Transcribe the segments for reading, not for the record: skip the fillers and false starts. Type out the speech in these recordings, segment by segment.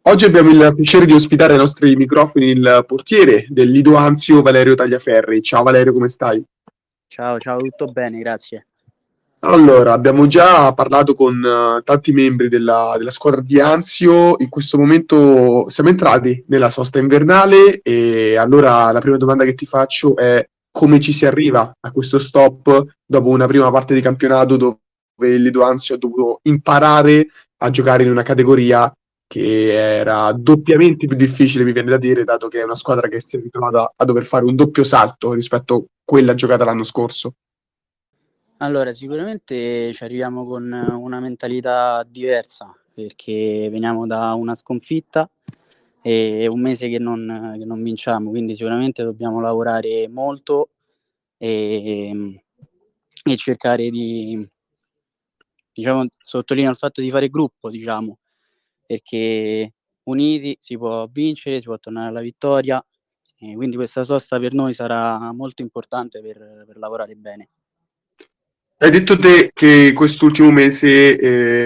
Oggi abbiamo il piacere di ospitare ai nostri microfoni il portiere del Lido Anzio, Valerio Tagliaferri. Ciao Valerio, come stai? Ciao, ciao, tutto bene, grazie. Allora, abbiamo già parlato con tanti membri della squadra di Anzio. In questo momento siamo entrati nella sosta invernale e allora la prima domanda che ti faccio è come ci si arriva a questo stop dopo una prima parte di campionato dove il Lido Anzio ha dovuto imparare a giocare in una categoria che era doppiamente più difficile, mi viene da dire, dato che è una squadra che si è ritrovata a dover fare un doppio salto rispetto a quella giocata l'anno scorso. Allora, sicuramente ci arriviamo con una mentalità diversa perché veniamo da una sconfitta e un mese che non vinciamo, quindi sicuramente dobbiamo lavorare molto e cercare di, diciamo, sottolineo il fatto di fare gruppo, diciamo, perché uniti si può vincere, si può tornare alla vittoria, e quindi questa sosta per noi sarà molto importante per lavorare bene. Hai detto te che quest'ultimo mese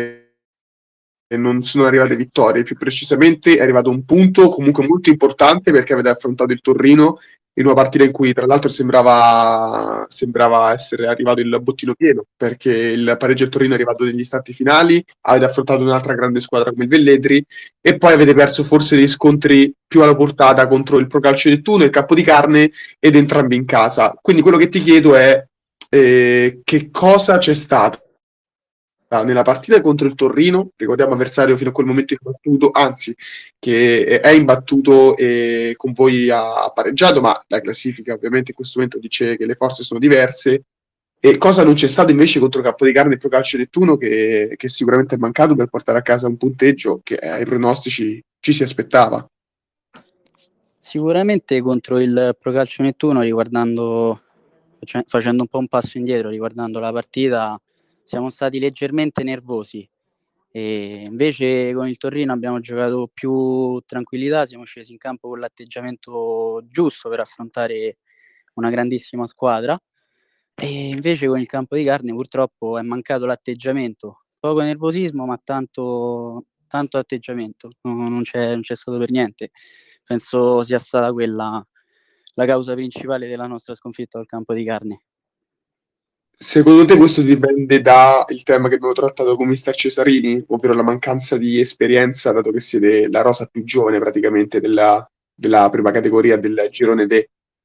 non sono arrivate vittorie, più precisamente è arrivato un punto comunque molto importante perché avete affrontato il Torino in una partita in cui tra l'altro sembrava essere arrivato il bottino pieno perché il pareggio del Torino è arrivato negli istanti finali, avete affrontato un'altra grande squadra come il Velletri e poi avete perso forse dei scontri più alla portata contro il Pro Calcio Nettuno, il Capodicarne ed entrambi in casa. Quindi quello che ti chiedo è che cosa c'è stato nella partita contro il Torino, ricordiamo avversario fino a quel momento imbattuto, anzi che è imbattuto e con voi ha pareggiato, ma la classifica ovviamente in questo momento dice che le forze sono diverse. E cosa non c'è stato invece contro Capodicarne e Pro Calcio Nettuno che sicuramente è mancato per portare a casa un punteggio che ai pronostici ci si aspettava. Sicuramente contro il Pro Calcio Nettuno, facendo un po' un passo indietro, riguardando la partita, siamo stati leggermente nervosi. E invece con il Torino abbiamo giocato più tranquillità, siamo scesi in campo con l'atteggiamento giusto per affrontare una grandissima squadra. E invece con il Capodicarne purtroppo è mancato l'atteggiamento, poco nervosismo, ma tanto atteggiamento, non c'è stato per niente. Penso sia stata quella la causa principale della nostra sconfitta al Capodicarne. Secondo te questo dipende dal tema che abbiamo trattato con Mister Cesarini, ovvero la mancanza di esperienza, dato che siete la rosa più giovane praticamente della prima categoria del girone D?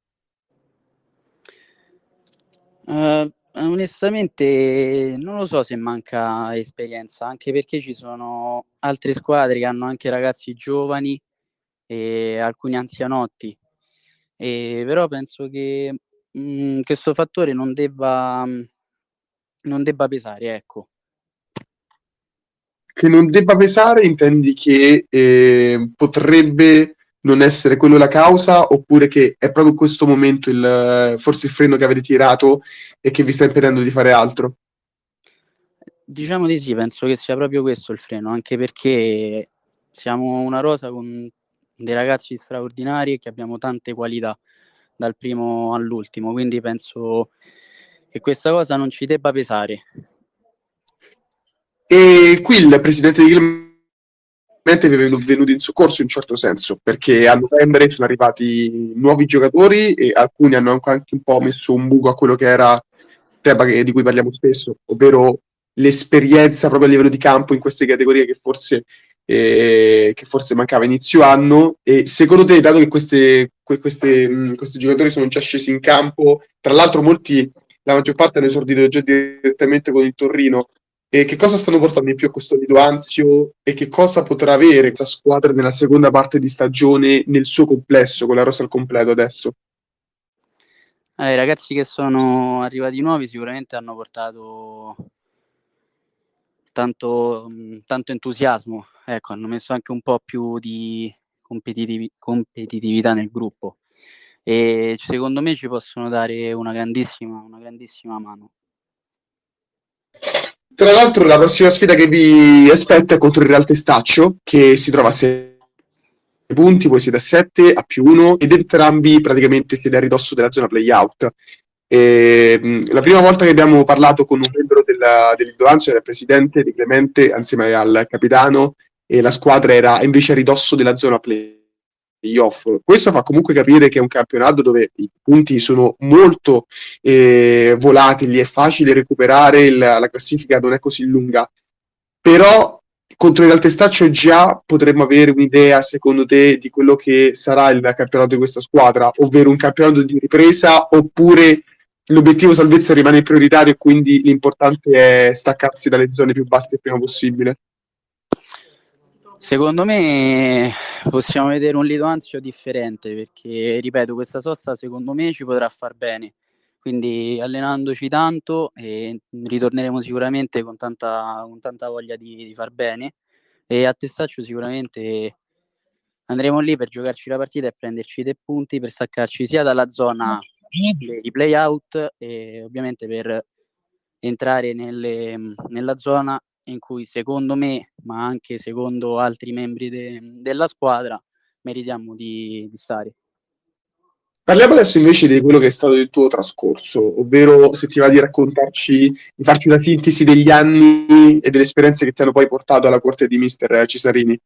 Onestamente non lo so se manca esperienza, anche perché ci sono altre squadre che hanno anche ragazzi giovani e alcuni anzianotti. Però penso che questo fattore non debba pesare, ecco. Che non debba pesare, intendi che potrebbe non essere quello la causa, oppure che è proprio in questo momento forse il freno che avete tirato e che vi sta impedendo di fare altro? Diciamo di sì, penso che sia proprio questo il freno, anche perché siamo una rosa con dei ragazzi straordinari e che abbiamo tante qualità dal primo all'ultimo, quindi penso che questa cosa non ci debba pesare. E qui il presidente di Clemente vi è venuto in soccorso in un certo senso, perché a novembre sono arrivati nuovi giocatori e alcuni hanno anche un po' messo un buco a quello che era il tema di cui parliamo spesso, ovvero l'esperienza proprio a livello di campo in queste categorie che forse mancava inizio anno. E secondo te, dato che questi giocatori sono già scesi in campo, tra l'altro molti, la maggior parte hanno esordito già direttamente con il Torino, e che cosa stanno portando in più a questo Lido Anzio e che cosa potrà avere questa squadra nella seconda parte di stagione nel suo complesso, con la rosa al completo adesso? Allora, i ragazzi che sono arrivati nuovi sicuramente hanno portato tanto entusiasmo, ecco, hanno messo anche un po' più di competitività nel gruppo e secondo me ci possono dare una grandissima mano. Tra l'altro la prossima sfida che vi aspetta è contro il Real Testaccio, che si trova a 6 punti, voi siete a 7, a più 1, ed entrambi praticamente siete a ridosso della zona play-out. La prima volta che abbiamo parlato con un membro dell'Idoanzo era il presidente di Clemente, insieme al capitano, e la squadra era invece a ridosso della zona playoff. Questo fa comunque capire che è un campionato dove i punti sono molto volatili, è facile recuperare, la classifica non è così lunga, però contro il Real Testaccio già potremmo avere un'idea, secondo te, di quello che sarà il campionato di questa squadra, ovvero un campionato di ripresa, oppure l'obiettivo salvezza rimane prioritario e quindi l'importante è staccarsi dalle zone più basse il prima possibile? Secondo me possiamo vedere un Lido Anzio differente, perché ripeto, questa sosta secondo me ci potrà far bene, quindi allenandoci tanto ritorneremo sicuramente con tanta voglia di far bene, e a Testaccio sicuramente andremo lì per giocarci la partita e prenderci 3 punti per staccarci sia dalla zona di play out e ovviamente per entrare nella zona in cui secondo me, ma anche secondo altri membri della squadra, meritiamo di stare. Parliamo adesso invece di quello che è stato il tuo trascorso, ovvero se ti va di raccontarci, di farci una sintesi degli anni e delle esperienze che ti hanno poi portato alla corte di Mister Cesarini.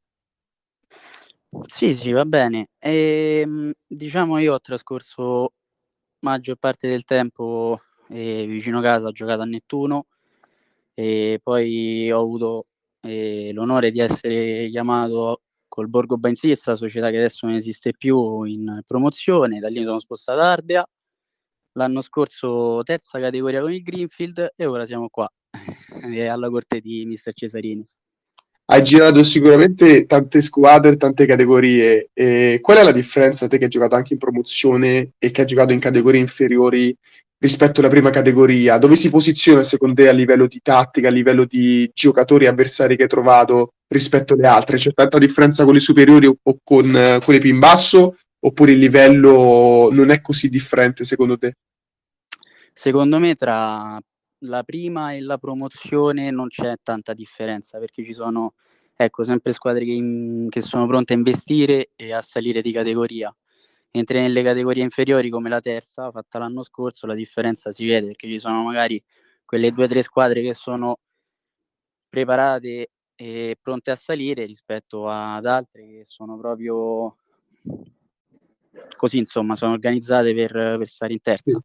Sì, va bene. Diciamo io ho trascorso maggior parte del tempo vicino casa, ho giocato a Nettuno e poi ho avuto l'onore di essere chiamato col Borgo Bensizza, società che adesso non esiste più, in promozione. Da lì mi sono spostato ad Ardea, l'anno scorso terza categoria con il Greenfield e ora siamo qua alla corte di Mister Cesarini. Hai girato sicuramente tante squadre, tante categorie. E qual è la differenza te che hai giocato anche in promozione e che hai giocato in categorie inferiori rispetto alla prima categoria? Dove si posiziona secondo te a livello di tattica, a livello di giocatori avversari che hai trovato rispetto alle altre? C'è tanta differenza con le superiori o con quelle più in basso? Oppure il livello non è così differente secondo te? Secondo me tra la prima e la promozione non c'è tanta differenza, perché ci sono sempre squadre che sono pronte a investire e a salire di categoria. Mentre nelle categorie inferiori come la terza, fatta l'anno scorso, la differenza si vede, perché ci sono magari quelle 2 o 3 squadre che sono preparate e pronte a salire rispetto ad altre che sono proprio così, insomma, sono organizzate per stare in terza.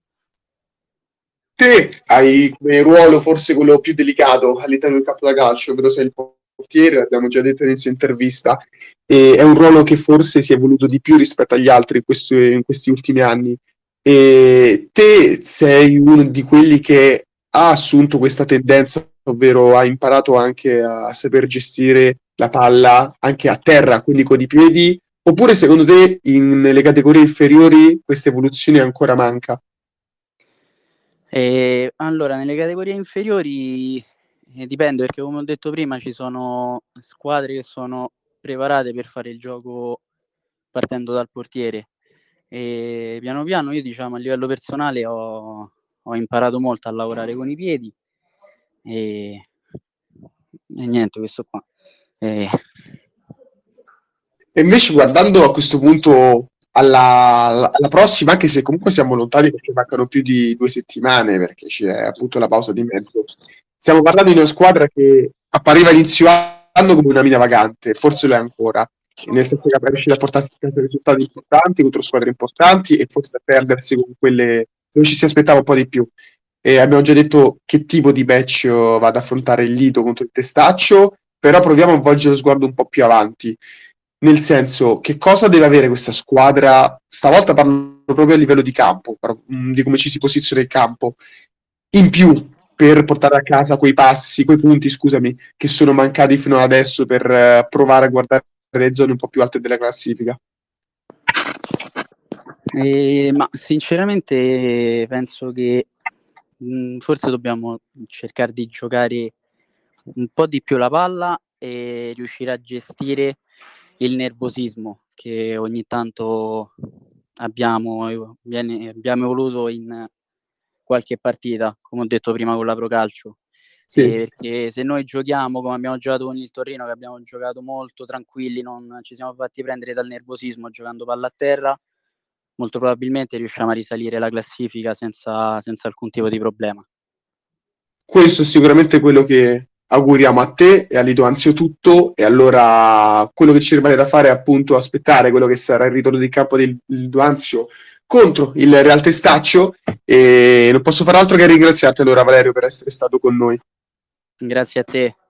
Te hai come ruolo forse quello più delicato all'interno del campo da calcio, ovvero sei il portiere, l'abbiamo già detto all'inizio intervista, e è un ruolo che forse si è evoluto di più rispetto agli altri in questi ultimi anni. E te sei uno di quelli che ha assunto questa tendenza, ovvero ha imparato anche a saper gestire la palla anche a terra, quindi con i piedi, oppure secondo te nelle categorie inferiori questa evoluzione ancora manca? Allora, nelle categorie inferiori dipende, perché come ho detto prima ci sono squadre che sono preparate per fare il gioco partendo dal portiere, e piano piano io, diciamo, a livello personale ho imparato molto a lavorare con i piedi e niente, questo qua. E invece guardando a questo punto alla prossima, anche se comunque siamo lontani perché mancano più di 2 settimane, perché c'è appunto la pausa di mezzo, stiamo parlando di una squadra che appariva inizio anno come una mina vagante, forse lo è ancora, nel senso che è riuscita a portarsi a casa risultati importanti contro squadre importanti e forse a perdersi con quelle dove ci si aspettava un po' di più. E abbiamo già detto che tipo di match va ad affrontare il Lido contro il Testaccio, però proviamo a volgere lo sguardo un po' più avanti. Nel senso, che cosa deve avere questa squadra? Stavolta parlo proprio a livello di campo, di come ci si posiziona in campo, in più per portare a casa quei passi, quei punti, scusami, che sono mancati fino ad adesso per provare a guardare le zone un po' più alte della classifica. Ma sinceramente penso che forse dobbiamo cercare di giocare un po' di più la palla e riuscire a gestire il nervosismo che ogni tanto abbiamo evoluto in qualche partita, come ho detto prima con la Procalcio. Sì. Perché se noi giochiamo come abbiamo giocato con il Torino, che abbiamo giocato molto tranquilli, non ci siamo fatti prendere dal nervosismo giocando palla a terra, molto probabilmente riusciamo a risalire la classifica senza alcun tipo di problema. Questo è sicuramente quello che auguriamo a te e a Lido Anzio tutto, e allora quello che ci rimane da fare è appunto aspettare quello che sarà il ritorno di campo di Lido Anzio contro il Real Testaccio, e non posso fare altro che ringraziarti allora, Valerio, per essere stato con noi. Grazie a te.